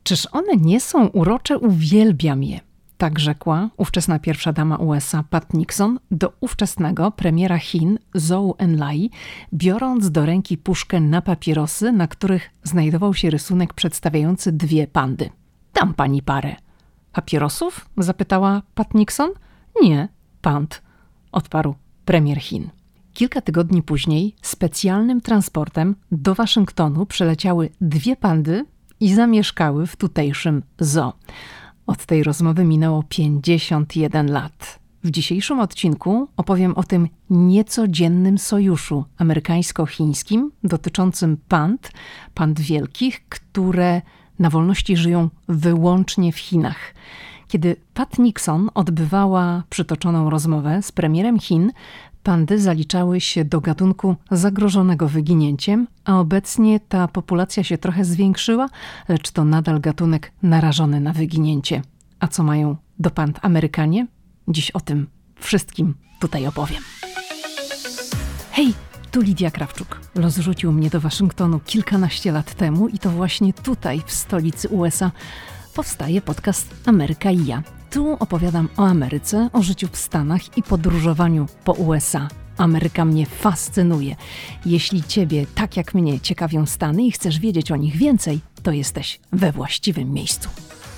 Czyż one nie są urocze? Uwielbiam je. Tak rzekła ówczesna pierwsza dama USA Pat Nixon do ówczesnego premiera Chin Zhou Enlai, biorąc do ręki puszkę na papierosy, na których znajdował się rysunek przedstawiający dwie pandy. Dam pani parę. Papierosów? Zapytała Pat Nixon. Nie, pand, odparł premier Chin. Kilka tygodni później specjalnym transportem do Waszyngtonu przyleciały dwie pandy i zamieszkały w tutejszym zoo. Od tej rozmowy minęło 51 lat. W dzisiejszym odcinku opowiem o tym niecodziennym sojuszu amerykańsko-chińskim dotyczącym pand wielkich, które na wolności żyją wyłącznie w Chinach. Kiedy Pat Nixon odbywała przytoczoną rozmowę z premierem Chin, pandy zaliczały się do gatunku zagrożonego wyginięciem, a obecnie ta populacja się trochę zwiększyła, lecz to nadal gatunek narażony na wyginięcie. A co mają do pand Amerykanie? Dziś o tym wszystkim tutaj opowiem. Hej, tu Lidia Krawczuk. Los rzucił mnie do Waszyngtonu kilkanaście lat temu i to właśnie tutaj, w stolicy USA, powstaje podcast Ameryka i ja. Tu opowiadam o Ameryce, o życiu w Stanach i podróżowaniu po USA. Ameryka mnie fascynuje. Jeśli Ciebie, tak jak mnie, ciekawią Stany i chcesz wiedzieć o nich więcej, to jesteś we właściwym miejscu.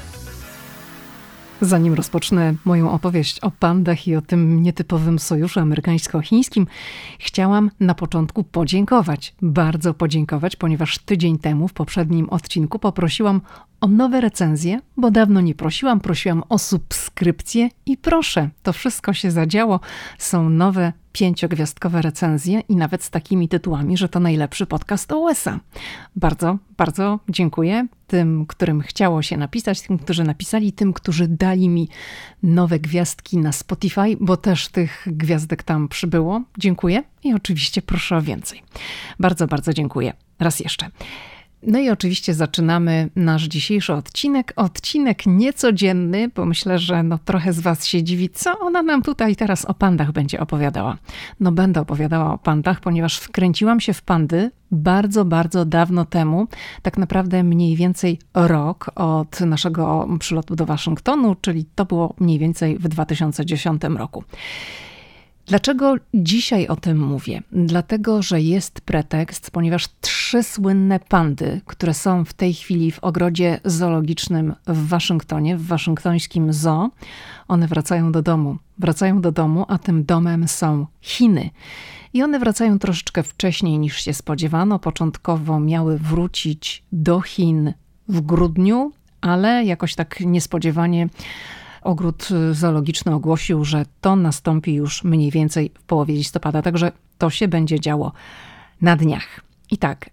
Zanim rozpocznę moją opowieść o pandach i o tym nietypowym sojuszu amerykańsko-chińskim, chciałam na początku podziękować, bardzo podziękować, ponieważ tydzień temu w poprzednim odcinku poprosiłam o nowe recenzje, bo dawno nie prosiłam o subskrypcję i proszę, to wszystko się zadziało. Są nowe 5-gwiazdkowe recenzje i nawet z takimi tytułami, że to najlepszy podcast o USA. Bardzo, bardzo dziękuję tym, którym chciało się napisać, tym, którzy napisali, tym, którzy dali mi nowe gwiazdki na Spotify, bo też tych gwiazdek tam przybyło. Dziękuję i oczywiście proszę o więcej. Bardzo, bardzo dziękuję. Raz jeszcze. No i oczywiście zaczynamy nasz dzisiejszy odcinek. Odcinek niecodzienny, bo myślę, że trochę z Was się dziwi, co ona nam tutaj teraz o pandach będzie opowiadała. Będę opowiadała o pandach, ponieważ wkręciłam się w pandy bardzo, bardzo dawno temu, tak naprawdę mniej więcej rok od naszego przylotu do Waszyngtonu, czyli to było mniej więcej w 2010 roku. Dlaczego dzisiaj o tym mówię? Dlatego, że jest pretekst, ponieważ 3 słynne pandy, które są w tej chwili w ogrodzie zoologicznym w Waszyngtonie, w waszyngtońskim zoo, one wracają do domu. Wracają do domu, a tym domem są Chiny. I one wracają troszeczkę wcześniej niż się spodziewano. Początkowo miały wrócić do Chin w grudniu, ale jakoś tak niespodziewanie ogród zoologiczny ogłosił, że to nastąpi już mniej więcej w połowie listopada, także to się będzie działo na dniach. I tak,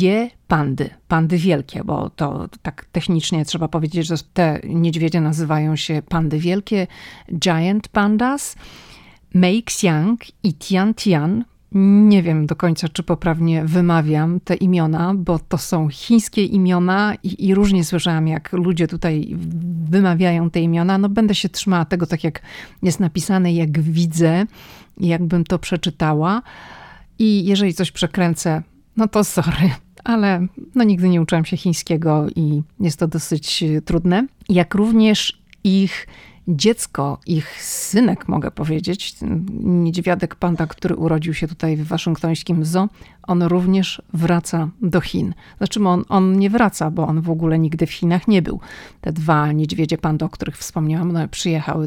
2 pandy wielkie, bo to tak technicznie trzeba powiedzieć, że te niedźwiedzie nazywają się pandy wielkie, giant pandas, Mei Xiang i Tian Tian. Nie wiem do końca, czy poprawnie wymawiam te imiona, bo to są chińskie imiona i różnie słyszałam, jak ludzie tutaj wymawiają te imiona. Będę się trzymała tego, tak jak jest napisane, jak widzę, jakbym to przeczytała. I jeżeli coś przekręcę, to sorry, ale nigdy nie uczyłam się chińskiego i jest to dosyć trudne. Jak również ich dziecko, ich synek, mogę powiedzieć, niedźwiadek panda, który urodził się tutaj w waszyngtońskim zoo, on również wraca do Chin. Znaczy on nie wraca, bo on w ogóle nigdy w Chinach nie był. Te 2 niedźwiedzie pandy, o których wspomniałam, przyjechały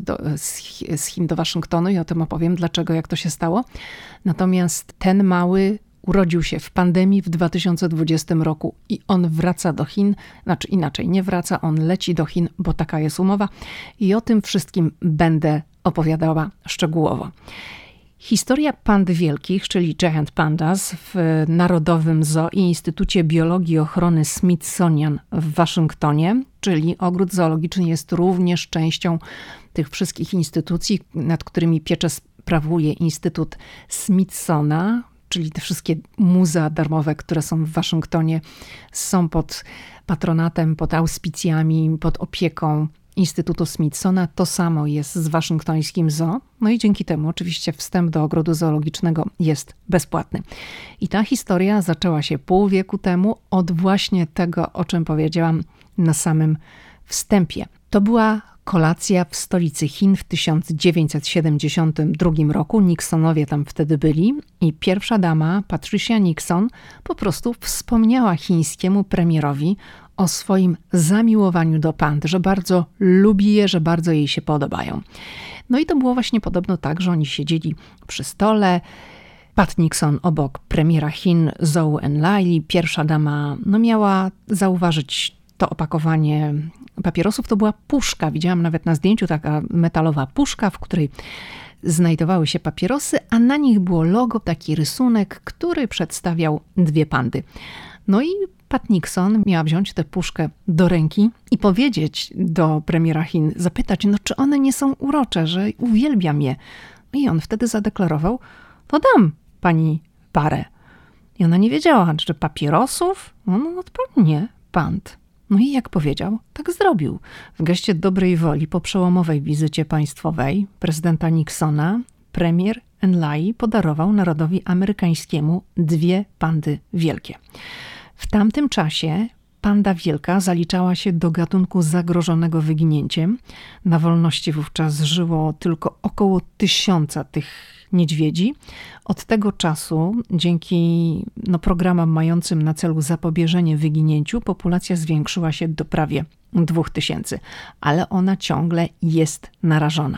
z Chin do Waszyngtonu i o tym opowiem, dlaczego, jak to się stało. Natomiast ten mały urodził się w pandemii w 2020 roku i on wraca do Chin, znaczy inaczej, nie wraca, on leci do Chin, bo taka jest umowa i o tym wszystkim będę opowiadała szczegółowo. Historia pand wielkich, czyli Giant Pandas w Narodowym Zoo i Instytucie Biologii i Ochrony Smithsonian w Waszyngtonie, czyli ogród zoologiczny jest również częścią tych wszystkich instytucji, nad którymi pieczę sprawuje Instytut Smithsona, czyli te wszystkie muzea darmowe, które są w Waszyngtonie, są pod patronatem, pod auspicjami, pod opieką Instytutu Smithsona. To samo jest z waszyngtońskim zoo. I dzięki temu oczywiście wstęp do ogrodu zoologicznego jest bezpłatny. I ta historia zaczęła się pół wieku temu od właśnie tego, o czym powiedziałam, na samym wstępie. To była kolacja w stolicy Chin w 1972 roku. Nixonowie tam wtedy byli i pierwsza dama, Patricia Nixon, po prostu wspomniała chińskiemu premierowi o swoim zamiłowaniu do pand, że bardzo lubi je, że bardzo jej się podobają. No i to było właśnie podobno tak, że oni siedzieli przy stole, Pat Nixon obok premiera Chin Zhou Enlai. Pierwsza dama miała zauważyć to opakowanie papierosów. To była puszka, widziałam nawet na zdjęciu, taka metalowa puszka, w której znajdowały się papierosy, a na nich było logo, taki rysunek, który przedstawiał dwie pandy. No i Pat Nixon miała wziąć tę puszkę do ręki i powiedzieć do premiera Chin, zapytać, czy one nie są urocze, że uwielbiam je. I on wtedy zadeklarował, to dam pani parę. I ona nie wiedziała, czy papierosów? Nie, pand. No i jak powiedział, tak zrobił. W geście dobrej woli po przełomowej wizycie państwowej prezydenta Nixona premier Enlai podarował narodowi amerykańskiemu dwie pandy wielkie. W tamtym czasie panda wielka zaliczała się do gatunku zagrożonego wyginięciem. Na wolności wówczas żyło tylko około 1000 tych niedźwiedzi. Od tego czasu, dzięki programom mającym na celu zapobieżenie wyginięciu, populacja zwiększyła się do prawie 2000, ale ona ciągle jest narażona.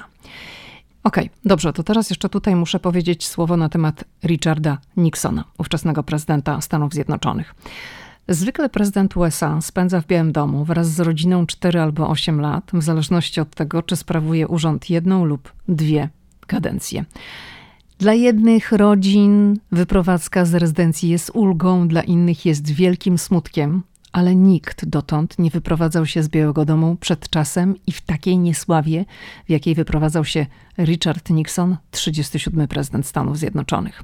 Okej, dobrze, to teraz jeszcze tutaj muszę powiedzieć słowo na temat Richarda Nixona, ówczesnego prezydenta Stanów Zjednoczonych. Zwykle prezydent USA spędza w Białym Domu wraz z rodziną 4 albo 8 lat, w zależności od tego, czy sprawuje urząd 1 lub 2 kadencje. Dla jednych rodzin wyprowadzka z rezydencji jest ulgą, dla innych jest wielkim smutkiem, ale nikt dotąd nie wyprowadzał się z Białego Domu przed czasem i w takiej niesławie, w jakiej wyprowadzał się Richard Nixon, 37. prezydent Stanów Zjednoczonych.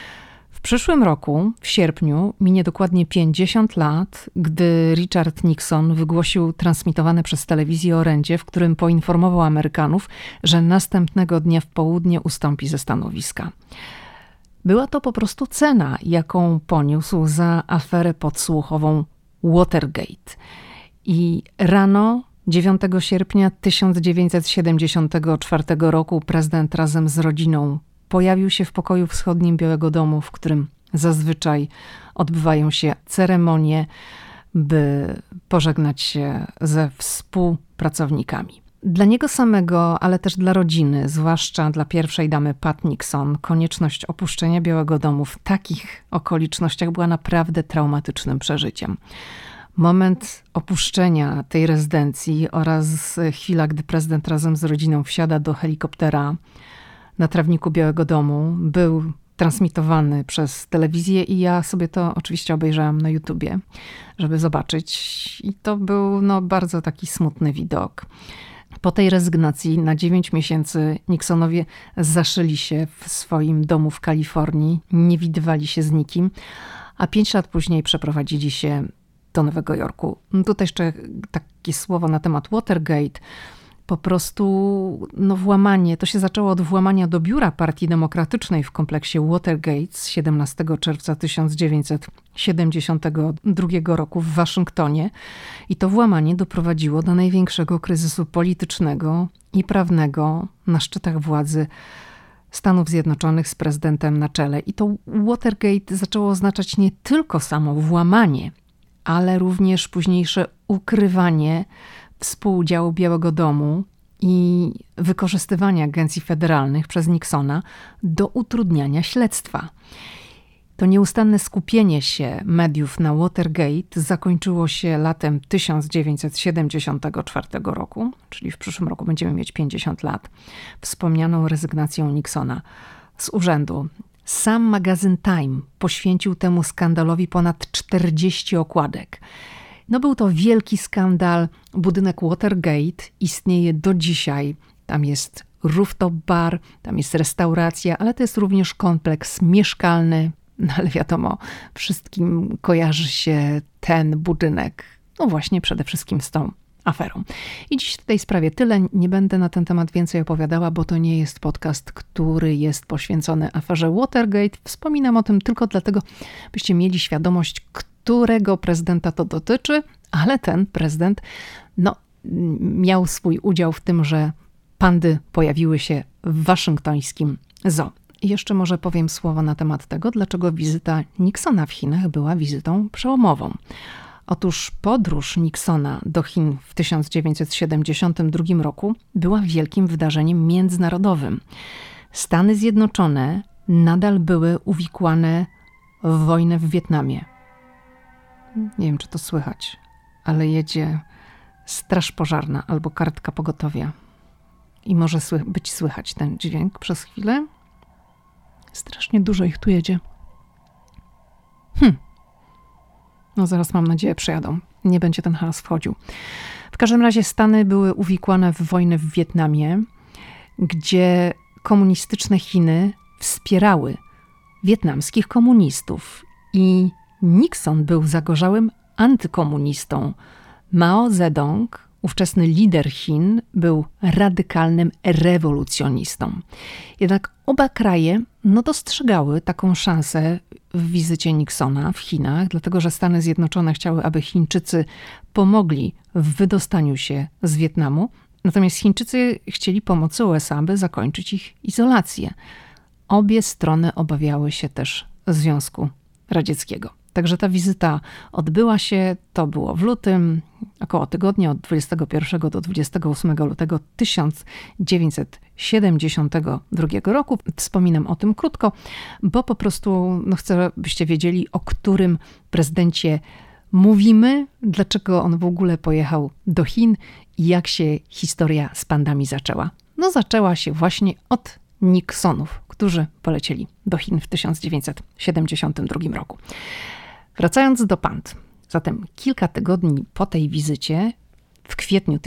W przyszłym roku, w sierpniu, minie dokładnie 50 lat, gdy Richard Nixon wygłosił transmitowane przez telewizję orędzie, w którym poinformował Amerykanów, że następnego dnia w południe ustąpi ze stanowiska. Była to po prostu cena, jaką poniósł za aferę podsłuchową Watergate. I rano 9 sierpnia 1974 roku prezydent razem z rodziną pojawił się w pokoju wschodnim Białego Domu, w którym zazwyczaj odbywają się ceremonie, by pożegnać się ze współpracownikami. Dla niego samego, ale też dla rodziny, zwłaszcza dla pierwszej damy Pat Nixon, konieczność opuszczenia Białego Domu w takich okolicznościach była naprawdę traumatycznym przeżyciem. Moment opuszczenia tej rezydencji oraz chwila, gdy prezydent razem z rodziną wsiada do helikoptera na trawniku Białego Domu, był transmitowany przez telewizję i ja sobie to oczywiście obejrzałam na YouTubie, żeby zobaczyć. I to był bardzo taki smutny widok. Po tej rezygnacji na 9 miesięcy Nixonowie zaszyli się w swoim domu w Kalifornii, nie widywali się z nikim, a 5 lat później przeprowadzili się do Nowego Jorku. Tutaj jeszcze takie słowo na temat Watergate. Po prostu włamanie, to się zaczęło od włamania do biura Partii Demokratycznej w kompleksie Watergate z 17 czerwca 1972 roku w Waszyngtonie i to włamanie doprowadziło do największego kryzysu politycznego i prawnego na szczytach władzy Stanów Zjednoczonych z prezydentem na czele. I to Watergate zaczęło oznaczać nie tylko samo włamanie, ale również późniejsze ukrywanie współudziału Białego Domu i wykorzystywania agencji federalnych przez Nixona do utrudniania śledztwa. To nieustanne skupienie się mediów na Watergate zakończyło się latem 1974 roku, czyli w przyszłym roku będziemy mieć 50 lat, wspomnianą rezygnacją Nixona z urzędu. Sam magazyn Time poświęcił temu skandalowi ponad 40 okładek. Był to wielki skandal. Budynek Watergate istnieje do dzisiaj. Tam jest rooftop bar, tam jest restauracja, ale to jest również kompleks mieszkalny. Ale wiadomo, wszystkim kojarzy się ten budynek. Właśnie przede wszystkim z tą aferą. I dziś w tej sprawie tyle. Nie będę na ten temat więcej opowiadała, bo to nie jest podcast, który jest poświęcony aferze Watergate. Wspominam o tym tylko dlatego, byście mieli świadomość, którego prezydenta to dotyczy, Ale ten prezydent miał swój udział w tym, że pandy pojawiły się w waszyngtońskim zoo. I jeszcze może powiem słowo na temat tego, dlaczego wizyta Nixona w Chinach była wizytą przełomową. Otóż podróż Nixona do Chin w 1972 roku była wielkim wydarzeniem międzynarodowym. Stany Zjednoczone nadal były uwikłane w wojnę w Wietnamie. Nie wiem, czy to słychać, ale jedzie straż pożarna albo karetka pogotowia. I może być słychać ten dźwięk przez chwilę. Strasznie dużo ich tu jedzie. Zaraz mam nadzieję przejadą. Nie będzie ten hałas wchodził. W każdym razie Stany były uwikłane w wojnę w Wietnamie, gdzie komunistyczne Chiny wspierały wietnamskich komunistów i Nixon był zagorzałym antykomunistą. Mao Zedong, ówczesny lider Chin, był radykalnym rewolucjonistą. Jednak oba kraje dostrzegały taką szansę w wizycie Nixona w Chinach, dlatego że Stany Zjednoczone chciały, aby Chińczycy pomogli w wydostaniu się z Wietnamu, natomiast Chińczycy chcieli pomocy USA, by zakończyć ich izolację. Obie strony obawiały się też Związku Radzieckiego. Także ta wizyta odbyła się, to było w lutym, około tygodnia od 21 do 28 lutego 1972 roku. Wspominam o tym krótko, bo po prostu chcę, byście wiedzieli, o którym prezydencie mówimy, dlaczego on w ogóle pojechał do Chin i jak się historia z pandami zaczęła. Zaczęła się właśnie od Nixonów, którzy polecieli do Chin w 1972 roku. Wracając do pand. Zatem kilka tygodni po tej wizycie, w kwietniu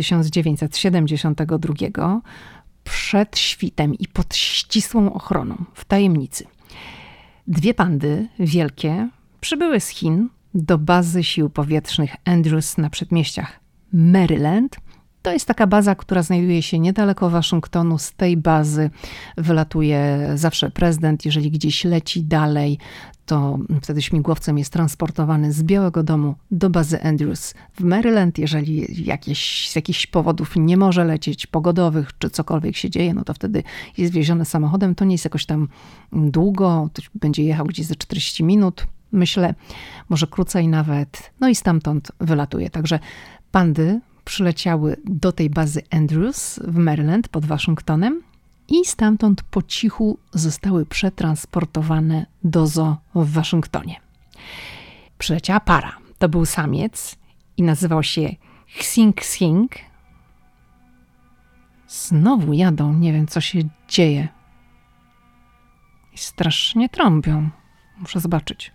1972, przed świtem i pod ścisłą ochroną, w tajemnicy, 2 pandy wielkie przybyły z Chin do bazy sił powietrznych Andrews na przedmieściach Maryland. To jest taka baza, która znajduje się niedaleko Waszyngtonu. Z tej bazy wylatuje zawsze prezydent. Jeżeli gdzieś leci dalej, to wtedy śmigłowcem jest transportowany z Białego Domu do bazy Andrews w Maryland. Jeżeli z jakichś powodów nie może lecieć, pogodowych czy cokolwiek się dzieje, to wtedy jest wieziony samochodem. To nie jest jakoś tam długo, to będzie jechał gdzieś za 40 minut, myślę, może krócej nawet. I stamtąd wylatuje. Także pandy przyleciały do tej bazy Andrews w Maryland pod Waszyngtonem i stamtąd po cichu zostały przetransportowane do zoo w Waszyngtonie. Przyleciała para. To był samiec i nazywał się Xing Xing. Znowu jadą, nie wiem co się dzieje. I strasznie trąbią. Muszę zobaczyć.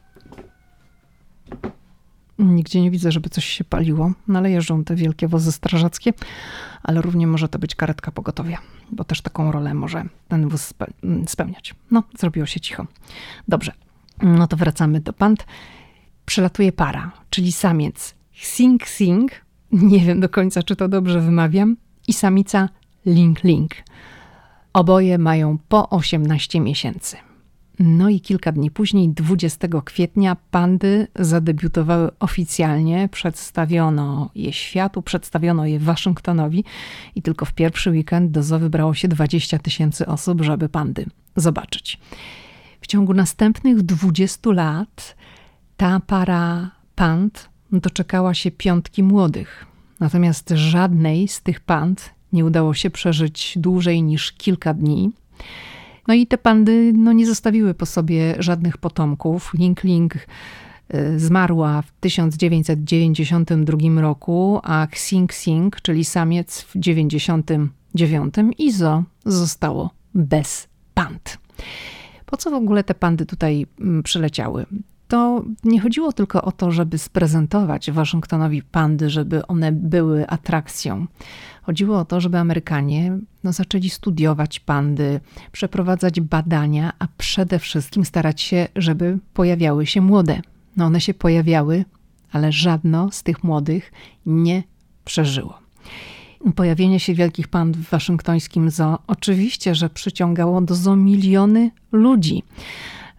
Nigdzie nie widzę, żeby coś się paliło, ale jeżdżą te wielkie wozy strażackie, ale równie może to być karetka pogotowia, bo też taką rolę może ten wóz spełniać. Zrobiło się cicho. Dobrze, to wracamy do pand. Przylatuje para, czyli samiec Xing Xing, nie wiem do końca, czy to dobrze wymawiam, i samica Ling Ling. Oboje mają po 18 miesięcy. I kilka dni później, 20 kwietnia, pandy zadebiutowały oficjalnie. Przedstawiono je światu, przedstawiono je Waszyngtonowi i tylko w pierwszy weekend do zoo wybrało się 20 000 osób, żeby pandy zobaczyć. W ciągu następnych 20 lat ta para pand doczekała się 5 młodych. Natomiast żadnej z tych pand nie udało się przeżyć dłużej niż kilka dni. I te pandy nie zostawiły po sobie żadnych potomków. Ling Ling zmarła w 1992 roku, a Xing Xing, czyli samiec, w 1999 i zoo zostało bez pand. Po co w ogóle te pandy tutaj przyleciały? To nie chodziło tylko o to, żeby sprezentować Waszyngtonowi pandy, żeby one były atrakcją. Chodziło o to, żeby Amerykanie zaczęli studiować pandy, przeprowadzać badania, a przede wszystkim starać się, żeby pojawiały się młode. One się pojawiały, ale żadno z tych młodych nie przeżyło. Pojawienie się wielkich pand w waszyngtońskim zoo oczywiście, że przyciągało do zoo miliony ludzi.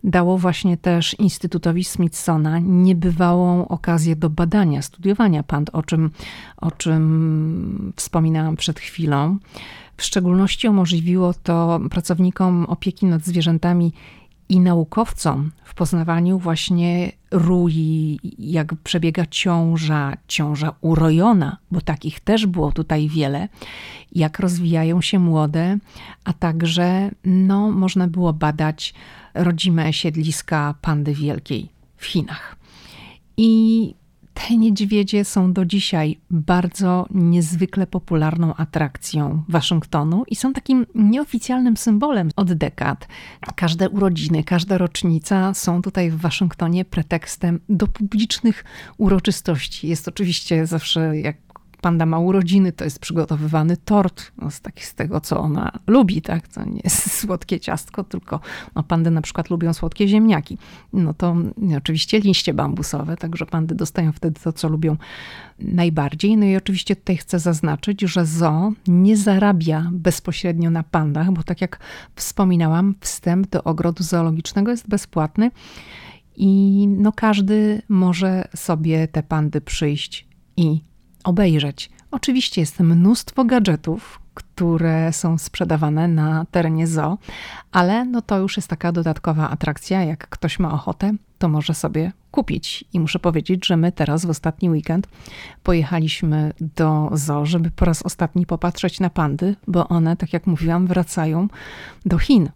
dało właśnie też Instytutowi Smithsona niebywałą okazję do badania, studiowania pand, o czym wspominałam przed chwilą. W szczególności umożliwiło to pracownikom opieki nad zwierzętami i naukowcom w poznawaniu właśnie rui, jak przebiega ciąża urojona, bo takich też było tutaj wiele, jak rozwijają się młode, a także można było badać rodzime siedliska pandy wielkiej w Chinach. I te niedźwiedzie są do dzisiaj bardzo niezwykle popularną atrakcją Waszyngtonu i są takim nieoficjalnym symbolem od dekad. Każde urodziny, każda rocznica są tutaj w Waszyngtonie pretekstem do publicznych uroczystości. Jest oczywiście zawsze, jak panda ma urodziny, to jest przygotowywany tort z tego, co ona lubi, tak? To nie jest słodkie ciastko, tylko pandy na przykład lubią słodkie ziemniaki. To oczywiście liście bambusowe, także pandy dostają wtedy to, co lubią najbardziej. I oczywiście tutaj chcę zaznaczyć, że zoo nie zarabia bezpośrednio na pandach, bo tak jak wspominałam, wstęp do ogrodu zoologicznego jest bezpłatny i każdy może sobie te pandy przyjść i obejrzeć. Oczywiście jest mnóstwo gadżetów, które są sprzedawane na terenie zoo, ale to już jest taka dodatkowa atrakcja. Jak ktoś ma ochotę, to może sobie kupić. I muszę powiedzieć, że my teraz w ostatni weekend pojechaliśmy do zoo, żeby po raz ostatni popatrzeć na pandy, bo one, tak jak mówiłam, wracają do Chin.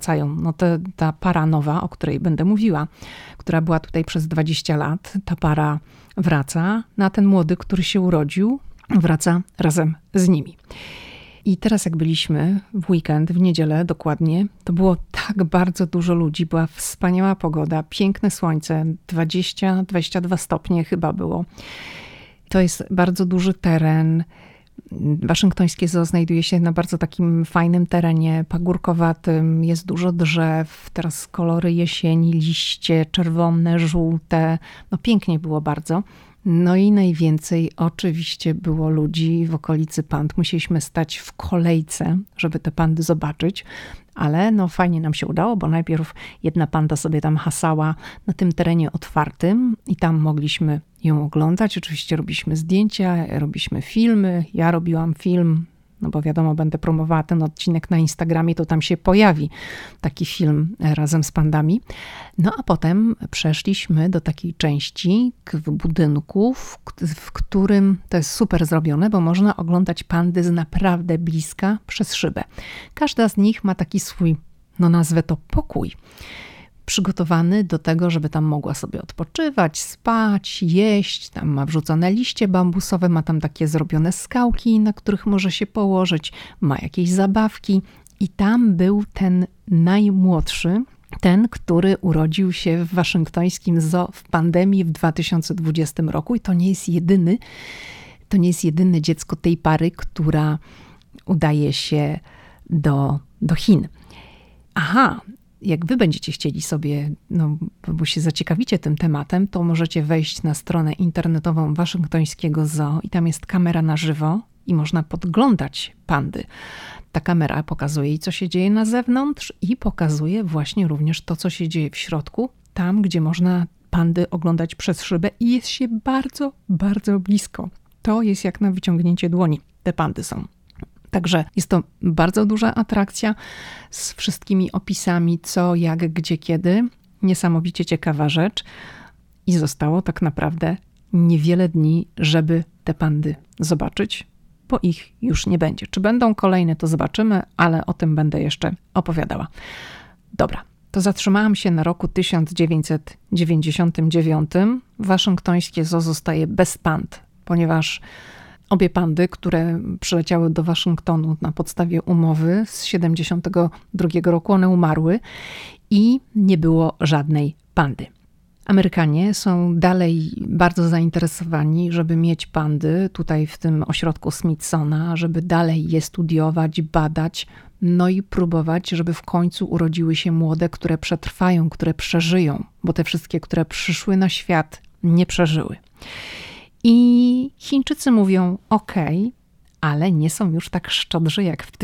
Ta para nowa, o której będę mówiła, która była tutaj przez 20 lat, ta para wraca, a ten młody, który się urodził, wraca razem z nimi. I teraz jak byliśmy w weekend, w niedzielę dokładnie, to było tak bardzo dużo ludzi, była wspaniała pogoda, piękne słońce, 20-22 stopnie chyba było. To jest bardzo duży teren. Waszyngtońskie zoo znajduje się na bardzo takim fajnym terenie, pagórkowatym, jest dużo drzew, teraz kolory jesieni, liście czerwone, żółte, pięknie było bardzo. I najwięcej oczywiście było ludzi w okolicy pand. Musieliśmy stać w kolejce, żeby te pandy zobaczyć, ale fajnie nam się udało, bo najpierw jedna panda sobie tam hasała na tym terenie otwartym i tam mogliśmy ją oglądać. Oczywiście robiliśmy zdjęcia, robiliśmy filmy, ja robiłam film, bo wiadomo, będę promowała ten odcinek na Instagramie, to tam się pojawi taki film razem z pandami. A potem przeszliśmy do takiej części w budynku, w którym to jest super zrobione, bo można oglądać pandy z naprawdę bliska przez szybę. Każda z nich ma taki swój, nazwę to pokój, przygotowany do tego, żeby tam mogła sobie odpoczywać, spać, jeść. Tam ma wrzucone liście bambusowe, ma tam takie zrobione skałki, na których może się położyć, ma jakieś zabawki. I tam był ten najmłodszy, ten, który urodził się w waszyngtońskim zoo w pandemii w 2020 roku. I to nie jest jedyne dziecko tej pary, która udaje się do Chin. Aha, jak wy będziecie chcieli sobie, bo się zaciekawicie tym tematem, to możecie wejść na stronę internetową waszyngtońskiego zoo i tam jest kamera na żywo i można podglądać pandy. Ta kamera pokazuje, co się dzieje na zewnątrz i pokazuje właśnie również to, co się dzieje w środku, tam, gdzie można pandy oglądać przez szybę i jest się bardzo, bardzo blisko. To jest jak na wyciągnięcie dłoni. Te pandy są. Także jest to bardzo duża atrakcja z wszystkimi opisami, co, jak, gdzie, kiedy. Niesamowicie ciekawa rzecz. I zostało tak naprawdę niewiele dni, żeby te pandy zobaczyć, bo ich już nie będzie. Czy będą kolejne, to zobaczymy, ale o tym będę jeszcze opowiadała. Dobra, to zatrzymałam się na roku 1999. Waszyngtońskie zoo zostaje bez pand, ponieważ obie pandy, które przyleciały do Waszyngtonu na podstawie umowy z 1972 roku, one umarły i nie było żadnej pandy. Amerykanie są dalej bardzo zainteresowani, żeby mieć pandy tutaj w tym ośrodku Smithsona, żeby dalej je studiować, badać, i próbować, żeby w końcu urodziły się młode, które przetrwają, które przeżyją, bo te wszystkie, które przyszły na świat, nie przeżyły. I Chińczycy mówią: OK, ale nie są już tak szczodrzy jak w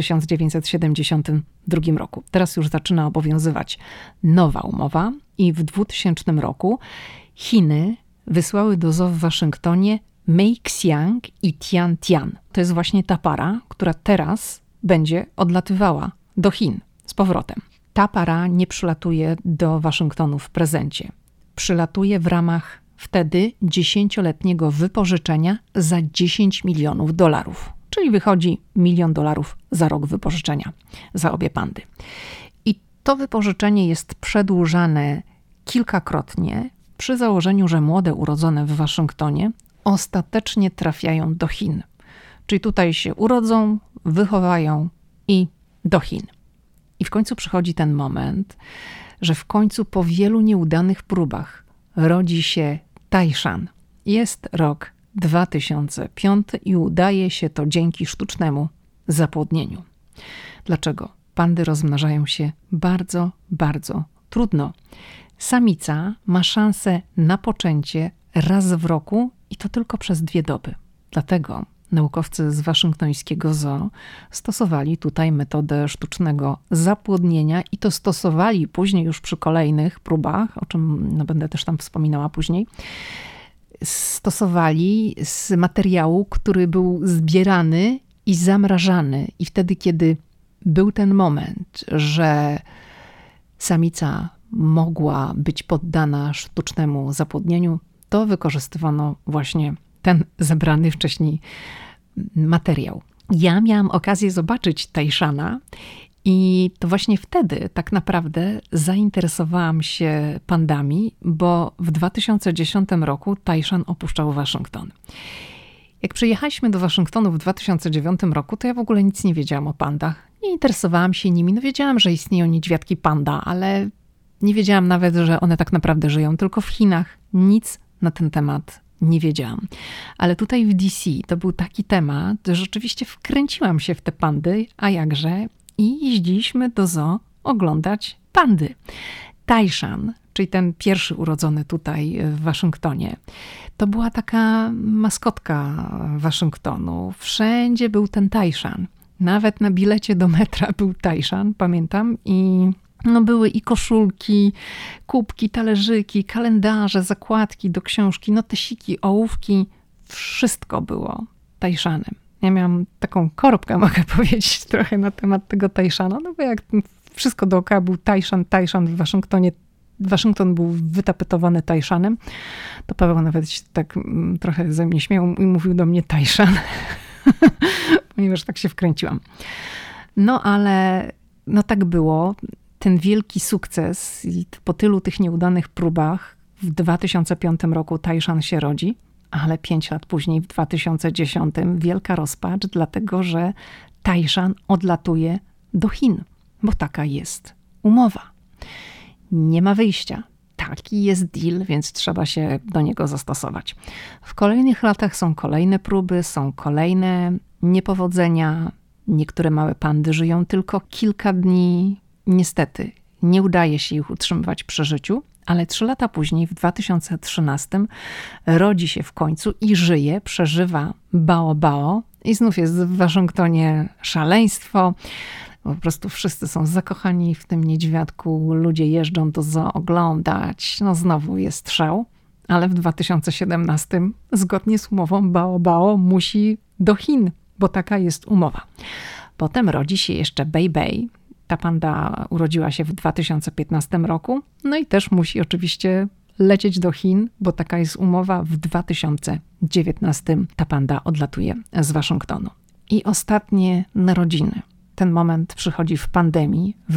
1972 roku. Teraz już zaczyna obowiązywać nowa umowa i w 2000 roku Chiny wysłały do zoo w Waszyngtonie Mei Xiang i Tian Tian. To jest właśnie ta para, która teraz będzie odlatywała do Chin z powrotem. Ta para nie przylatuje do Waszyngtonu w prezencie. Przylatuje w ramach wtedy 10-letniego wypożyczenia za $10 milionów. Czyli wychodzi $1 milion za rok wypożyczenia za obie pandy. I to wypożyczenie jest przedłużane kilkakrotnie przy założeniu, że młode urodzone w Waszyngtonie ostatecznie trafiają do Chin. Czyli tutaj się urodzą, wychowają i do Chin. I w końcu przychodzi ten moment, że w końcu po wielu nieudanych próbach rodzi się Taishan. Jest rok 2005 i udaje się to dzięki sztucznemu zapłodnieniu. Dlaczego? Pandy rozmnażają się bardzo, bardzo trudno. Samica ma szansę na poczęcie raz w roku i to tylko przez 2 doby. Dlatego naukowcy z waszyngtońskiego zoo stosowali tutaj metodę sztucznego zapłodnienia i to stosowali później już przy kolejnych próbach, o czym będę też tam wspominała później. Stosowali z materiału, który był zbierany i zamrażany. I wtedy, kiedy był ten moment, że samica mogła być poddana sztucznemu zapłodnieniu, to wykorzystywano właśnie ten zebrany wcześniej materiał. Ja miałam okazję zobaczyć Taishana i to właśnie wtedy tak naprawdę zainteresowałam się pandami, bo w 2010 roku Taishan opuszczał Waszyngton. Jak przyjechaliśmy do Waszyngtonu w 2009 roku, to ja w ogóle nic nie wiedziałam o pandach. Nie interesowałam się nimi. No wiedziałam, że istnieją niedźwiadki panda, ale nie wiedziałam nawet, że one tak naprawdę żyją tylko w Chinach. Nic na ten temat nie wiedziałam. Ale tutaj w DC to był taki temat, że rzeczywiście wkręciłam się w te pandy, a jakże, i jeździliśmy do zoo oglądać pandy. Taishan, czyli ten pierwszy urodzony tutaj w Waszyngtonie, to była taka maskotka Waszyngtonu. Wszędzie był ten Taishan. Nawet na bilecie do metra był Taishan, pamiętam, i były i koszulki, kubki, talerzyki, kalendarze, zakładki do książki, notesiki, ołówki. Wszystko było Taishanem. Ja miałam taką korbkę, mogę powiedzieć, trochę na temat tego Taishana, bo jak wszystko dookoła był Taishan w Waszyngtonie, Waszyngton był wytapetowany Taishanem, to Paweł nawet się tak trochę ze mnie śmiał i mówił do mnie Taishan, ponieważ tak się wkręciłam. Ale tak było. Ten wielki sukces i po tylu tych nieudanych próbach w 2005 roku Taishan się rodzi, ale 5 lat później, w 2010, wielka rozpacz, dlatego że Taishan odlatuje do Chin, bo taka jest umowa. Nie ma wyjścia. Taki jest deal, więc trzeba się do niego zastosować. W kolejnych latach są kolejne próby, są kolejne niepowodzenia. Niektóre małe pandy żyją tylko kilka dni. Niestety, nie udaje się ich utrzymywać przy życiu, ale 3 lata później, w 2013, rodzi się w końcu i żyje, przeżywa Bao Bao i znów jest w Waszyngtonie szaleństwo. Po prostu wszyscy są zakochani w tym niedźwiadku, ludzie jeżdżą do zoo oglądać, znowu jest szał, ale w 2017, zgodnie z umową, Bao Bao musi do Chin, bo taka jest umowa. Potem rodzi się jeszcze Bei Bei. Ta panda urodziła się w 2015 roku, i też musi oczywiście lecieć do Chin, bo taka jest umowa. W 2019 ta panda odlatuje z Waszyngtonu. I ostatnie narodziny. Ten moment przychodzi w pandemii w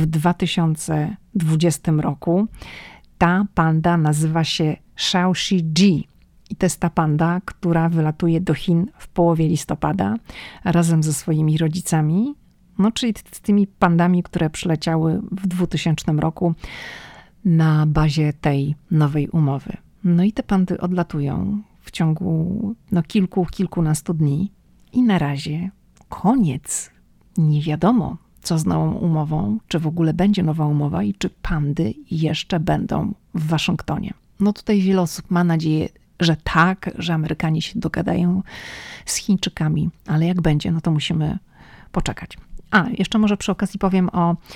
2020 roku. Ta panda nazywa się Shaoxi-Ji. I to jest ta panda, która wylatuje do Chin w połowie listopada razem ze swoimi rodzicami. Czyli z tymi pandami, które przyleciały w 2000 roku na bazie tej nowej umowy. I te pandy odlatują w ciągu kilkunastu dni i na razie koniec. Nie wiadomo, co z nową umową, czy w ogóle będzie nowa umowa i czy pandy jeszcze będą w Waszyngtonie. Tutaj wiele osób ma nadzieję że tak, że Amerykanie się dogadają z Chińczykami, ale jak będzie, no to musimy poczekać. Jeszcze może przy okazji powiem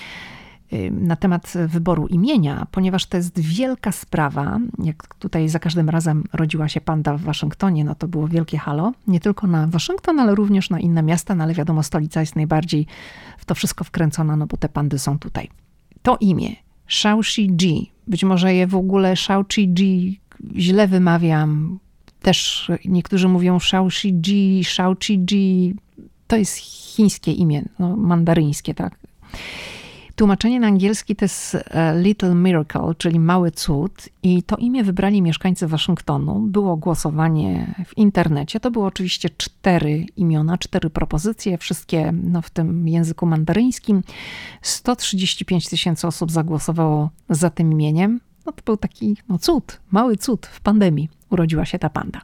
na temat wyboru imienia, ponieważ to jest wielka sprawa. Jak tutaj za każdym razem rodziła się panda w Waszyngtonie, no to było wielkie halo. Nie tylko na Waszyngton, ale również na inne miasta, no ale wiadomo, stolica jest najbardziej w to wszystko wkręcona, no bo te pandy są tutaj. To imię, Shao-Chi-Ji, być może je w ogóle Shao-Chi-Ji źle wymawiam. Też niektórzy mówią Shao-Chi-Ji, Shao-Chi-Ji. To jest chińskie imię, no, mandaryńskie, tak. Tłumaczenie na angielski to jest Little Miracle, czyli mały cud, i to imię wybrali mieszkańcy Waszyngtonu. Było głosowanie w internecie. To było oczywiście 4 imiona, 4 propozycje, wszystkie w tym języku mandaryńskim. 135 000 osób zagłosowało za tym imieniem. No to był taki cud, mały cud w pandemii. Urodziła się ta panda.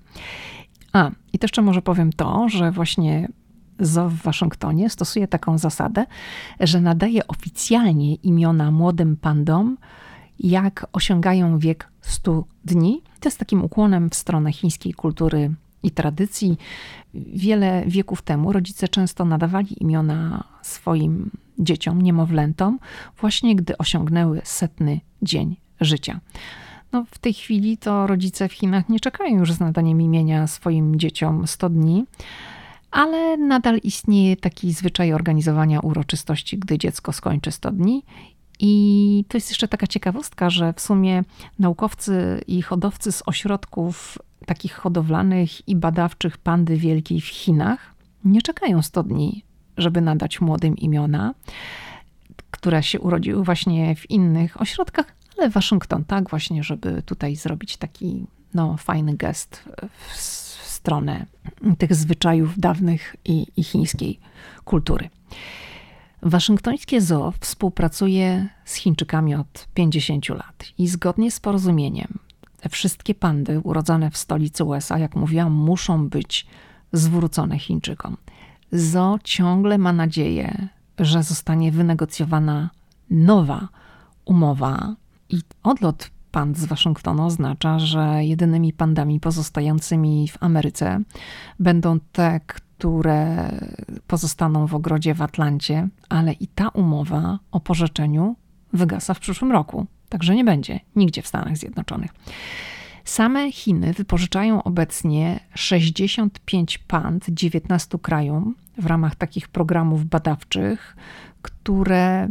I też jeszcze może powiem to, że właśnie Zoo w Waszyngtonie stosuje taką zasadę, że nadaje oficjalnie imiona młodym pandom, jak osiągają wiek 100 dni. To jest takim ukłonem w stronę chińskiej kultury i tradycji. Wiele wieków temu rodzice często nadawali imiona swoim dzieciom, niemowlętom, właśnie gdy osiągnęły 100. dzień życia. No, w tej chwili to rodzice w Chinach nie czekają już z nadaniem imienia swoim dzieciom 100 dni, ale nadal istnieje taki zwyczaj organizowania uroczystości, gdy dziecko skończy 100 dni. I to jest jeszcze taka ciekawostka, że w sumie naukowcy i hodowcy z ośrodków takich hodowlanych i badawczych pandy wielkiej w Chinach nie czekają 100 dni, żeby nadać młodym imiona, które się urodziły właśnie w innych ośrodkach, ale Waszyngton, tak właśnie, żeby tutaj zrobić taki fajny gest w stronę tych zwyczajów dawnych i chińskiej kultury. Waszyngtońskie zoo współpracuje z Chińczykami od 50 lat i zgodnie z porozumieniem te wszystkie pandy urodzone w stolicy USA, jak mówiłam, muszą być zwrócone Chińczykom. Zoo ciągle ma nadzieję, że zostanie wynegocjowana nowa umowa i odlot pand z Waszyngtonu oznacza, że jedynymi pandami pozostającymi w Ameryce będą te, które pozostaną w ogrodzie w Atlancie, ale i ta umowa o porzeczeniu wygasa w przyszłym roku. Także nie będzie nigdzie w Stanach Zjednoczonych. Same Chiny wypożyczają obecnie 65 pand 19 krajom w ramach takich programów badawczych, które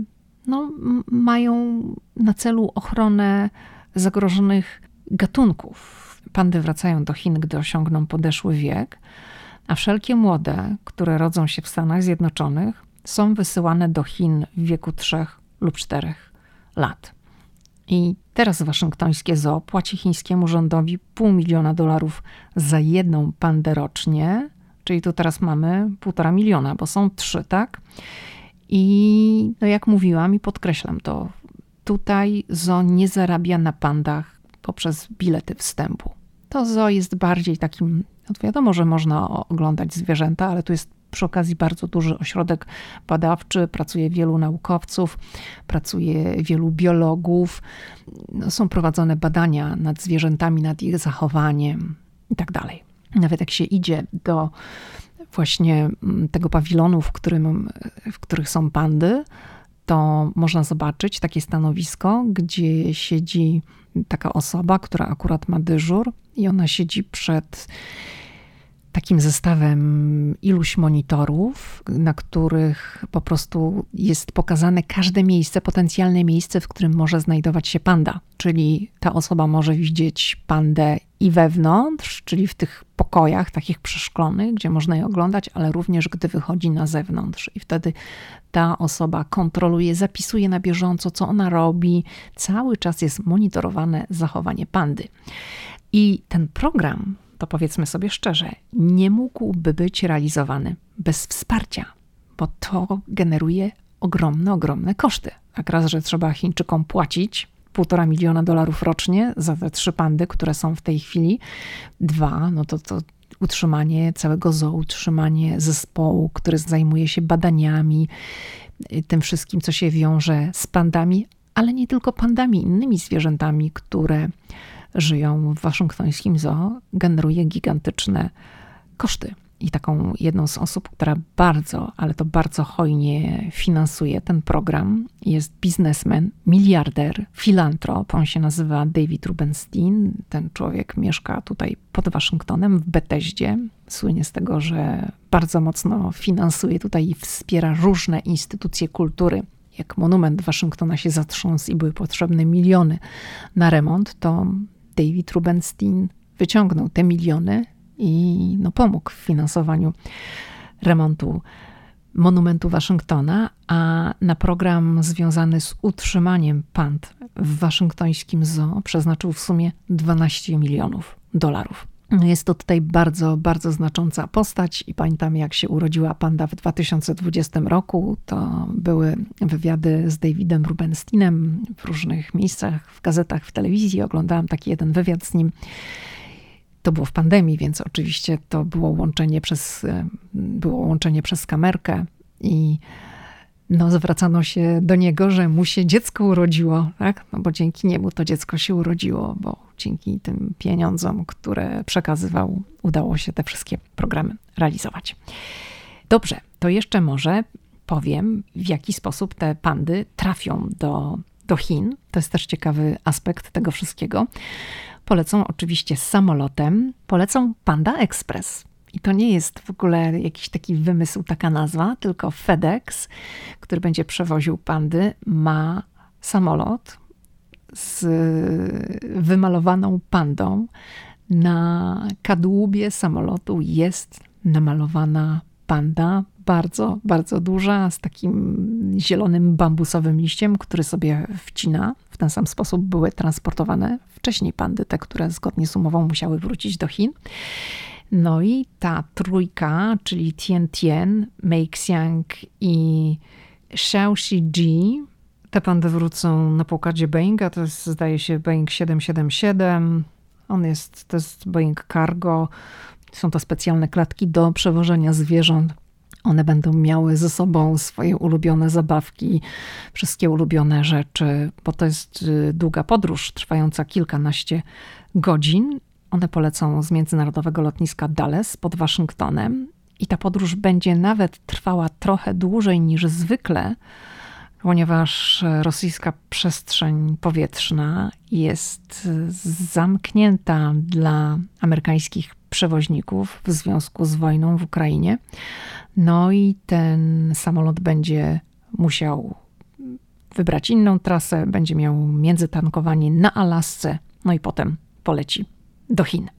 mają na celu ochronę zagrożonych gatunków. Pandy wracają do Chin, gdy osiągną podeszły wiek, a wszelkie młode, które rodzą się w Stanach Zjednoczonych, są wysyłane do Chin w wieku 3 lub 4 lat. I teraz waszyngtońskie zoo płaci chińskiemu rządowi $500 000 za jedną pandę rocznie, czyli tu teraz mamy 1,5 miliona, bo są 3, tak? I jak mówiłam i podkreślam to, tutaj zoo nie zarabia na pandach poprzez bilety wstępu. To zoo jest bardziej takim, wiadomo, że można oglądać zwierzęta, ale tu jest przy okazji bardzo duży ośrodek badawczy, pracuje wielu naukowców, pracuje wielu biologów. Są prowadzone badania nad zwierzętami, nad ich zachowaniem i tak dalej. Nawet jak się idzie do właśnie tego pawilonu, w których są pandy, to można zobaczyć takie stanowisko, gdzie siedzi taka osoba, która akurat ma dyżur i ona siedzi przed takim zestawem iluś monitorów, na których po prostu jest pokazane każde miejsce, potencjalne miejsce, w którym może znajdować się panda. Czyli ta osoba może widzieć pandę i wewnątrz, czyli w tych pokojach takich przeszklonych, gdzie można je oglądać, ale również gdy wychodzi na zewnątrz. I wtedy ta osoba kontroluje, zapisuje na bieżąco, co ona robi. Cały czas jest monitorowane zachowanie pandy. I ten program, to powiedzmy sobie szczerze, nie mógłby być realizowany bez wsparcia, bo to generuje ogromne koszty. Tak raz, że trzeba Chińczykom płacić $1,5 miliona rocznie za te 3 pandy, które są w tej chwili. 2, to utrzymanie całego zoo, utrzymanie zespołu, który zajmuje się badaniami, tym wszystkim, co się wiąże z pandami, ale nie tylko pandami, innymi zwierzętami, które żyją w waszyngtońskim zoo, generuje gigantyczne koszty. I taką jedną z osób, która bardzo, ale to bardzo hojnie finansuje ten program, jest biznesmen, miliarder, filantrop. On się nazywa David Rubenstein. Ten człowiek mieszka tutaj pod Waszyngtonem, w Bethesdzie. Słynie z tego, że bardzo mocno finansuje tutaj i wspiera różne instytucje kultury. Jak monument Waszyngtona się zatrząsł i były potrzebne miliony na remont, to David Rubenstein wyciągnął te miliony i pomógł w finansowaniu remontu monumentu Waszyngtona, a na program związany z utrzymaniem pand w waszyngtońskim zoo przeznaczył w sumie $12 milionów. Jest to tutaj bardzo, bardzo znacząca postać i pamiętam, jak się urodziła panda w 2020 roku, to były wywiady z Davidem Rubensteinem w różnych miejscach, w gazetach, w telewizji. Oglądałam taki jeden wywiad z nim. To było w pandemii, więc oczywiście to było łączenie przez kamerkę i zwracano się do niego, że mu się dziecko urodziło, tak? Bo dzięki niemu to dziecko się urodziło, bo dzięki tym pieniądzom, które przekazywał, udało się te wszystkie programy realizować. Dobrze, to jeszcze może powiem, w jaki sposób te pandy trafią do Chin. To jest też ciekawy aspekt tego wszystkiego. Polecą oczywiście samolotem, polecą Panda Express. I to nie jest w ogóle jakiś taki wymysł, taka nazwa, tylko FedEx, który będzie przewoził pandy, ma samolot z wymalowaną pandą. Na kadłubie samolotu jest namalowana panda, bardzo, bardzo duża, z takim zielonym bambusowym liściem, który sobie wcina. W ten sam sposób były transportowane wcześniej pandy, te, które zgodnie z umową musiały wrócić do Chin. No i ta trójka, czyli Tian Tian, Mei Xiang i Xiao Shiji, te pandy wrócą na pokładzie Boeinga, to jest, zdaje się, Boeing 777. To jest Boeing Cargo. Są to specjalne klatki do przewożenia zwierząt. One będą miały ze sobą swoje ulubione zabawki, wszystkie ulubione rzeczy, bo to jest długa podróż trwająca kilkanaście godzin. One polecą z międzynarodowego lotniska Dulles pod Waszyngtonem i ta podróż będzie nawet trwała trochę dłużej niż zwykle, ponieważ rosyjska przestrzeń powietrzna jest zamknięta dla amerykańskich przewoźników w związku z wojną w Ukrainie. No i ten samolot będzie musiał wybrać inną trasę, będzie miał międzytankowanie na Alasce, no i potem poleci do Chin.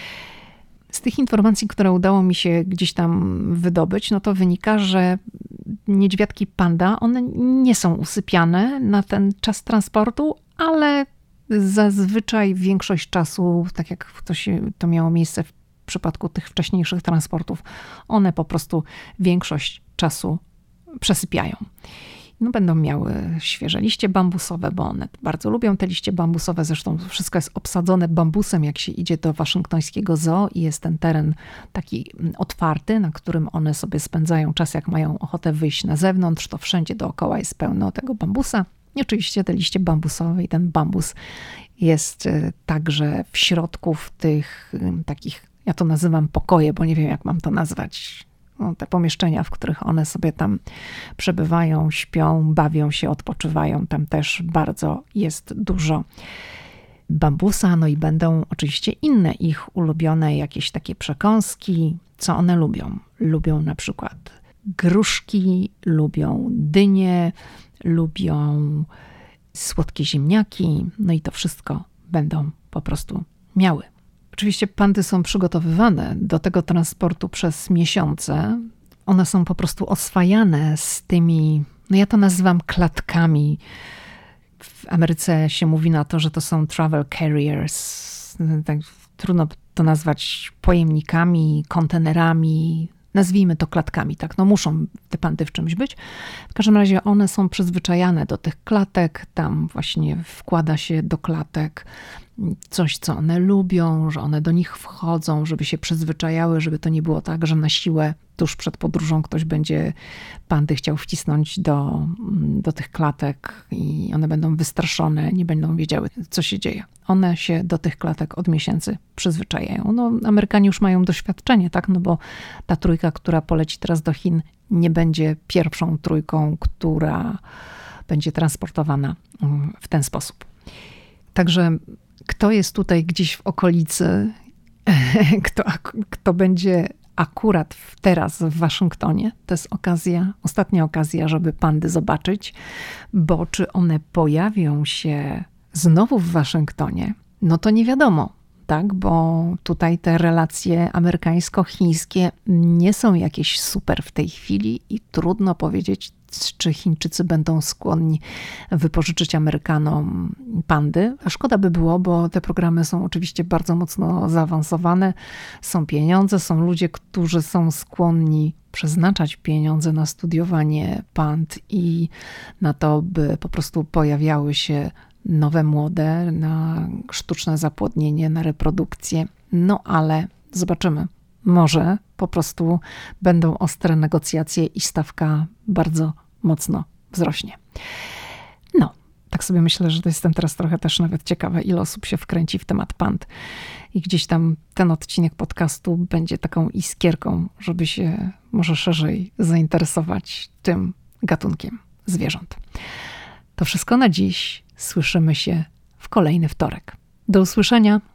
Z tych informacji, które udało mi się gdzieś tam wydobyć, to wynika, że niedźwiadki panda, one nie są usypiane na ten czas transportu, ale zazwyczaj większość czasu, tak jak to miało miejsce w przypadku tych wcześniejszych transportów, one po prostu większość czasu przesypiają. Będą miały świeże liście bambusowe, bo one bardzo lubią te liście bambusowe. Zresztą wszystko jest obsadzone bambusem, jak się idzie do waszyngtońskiego zoo i jest ten teren taki otwarty, na którym one sobie spędzają czas, jak mają ochotę wyjść na zewnątrz, to wszędzie dookoła jest pełno tego bambusa. I oczywiście te liście bambusowe i ten bambus jest także w środku w tych takich, ja to nazywam pokoje, bo nie wiem, jak mam to nazwać, te pomieszczenia, w których one sobie tam przebywają, śpią, bawią się, odpoczywają. Tam też bardzo jest dużo bambusa. No i będą oczywiście inne ich ulubione jakieś takie przekąski. Co one lubią? Lubią na przykład gruszki, lubią dynie, lubią słodkie ziemniaki. No i to wszystko będą po prostu miały. Oczywiście pandy są przygotowywane do tego transportu przez miesiące. One są po prostu oswajane z tymi, ja to nazywam klatkami. W Ameryce się mówi na to, że to są travel carriers. Tak, trudno to nazwać pojemnikami, kontenerami. Nazwijmy to klatkami, tak? Muszą te pandy w czymś być. W każdym razie one są przyzwyczajane do tych klatek. Tam właśnie wkłada się do klatek coś, co one lubią, że one do nich wchodzą, żeby się przyzwyczajały, żeby to nie było tak, że na siłę tuż przed podróżą ktoś będzie pandy chciał wcisnąć do tych klatek i one będą wystraszone, nie będą wiedziały, co się dzieje. One się do tych klatek od miesięcy przyzwyczajają. No, Amerykanie już mają doświadczenie, tak? No bo ta trójka, która poleci teraz do Chin, nie będzie pierwszą trójką, która będzie transportowana w ten sposób. Także kto jest tutaj gdzieś w okolicy, kto będzie akurat teraz w Waszyngtonie, to jest ostatnia okazja, żeby pandy zobaczyć, bo czy one pojawią się znowu w Waszyngtonie, no to nie wiadomo, tak, bo tutaj te relacje amerykańsko-chińskie nie są jakieś super w tej chwili i trudno powiedzieć, czy Chińczycy będą skłonni wypożyczyć Amerykanom pandy. A szkoda by było, bo te programy są oczywiście bardzo mocno zaawansowane. Są pieniądze, są ludzie, którzy są skłonni przeznaczać pieniądze na studiowanie pand i na to, by po prostu pojawiały się nowe młode, na sztuczne zapłodnienie, na reprodukcję. No ale zobaczymy. Może po prostu będą ostre negocjacje i stawka bardzo mocno wzrośnie. No, tak sobie myślę, że to jestem teraz trochę też nawet ciekawa, ile osób się wkręci w temat pand. I gdzieś tam ten odcinek podcastu będzie taką iskierką, żeby się może szerzej zainteresować tym gatunkiem zwierząt. To wszystko na dziś. Słyszymy się w kolejny wtorek. Do usłyszenia.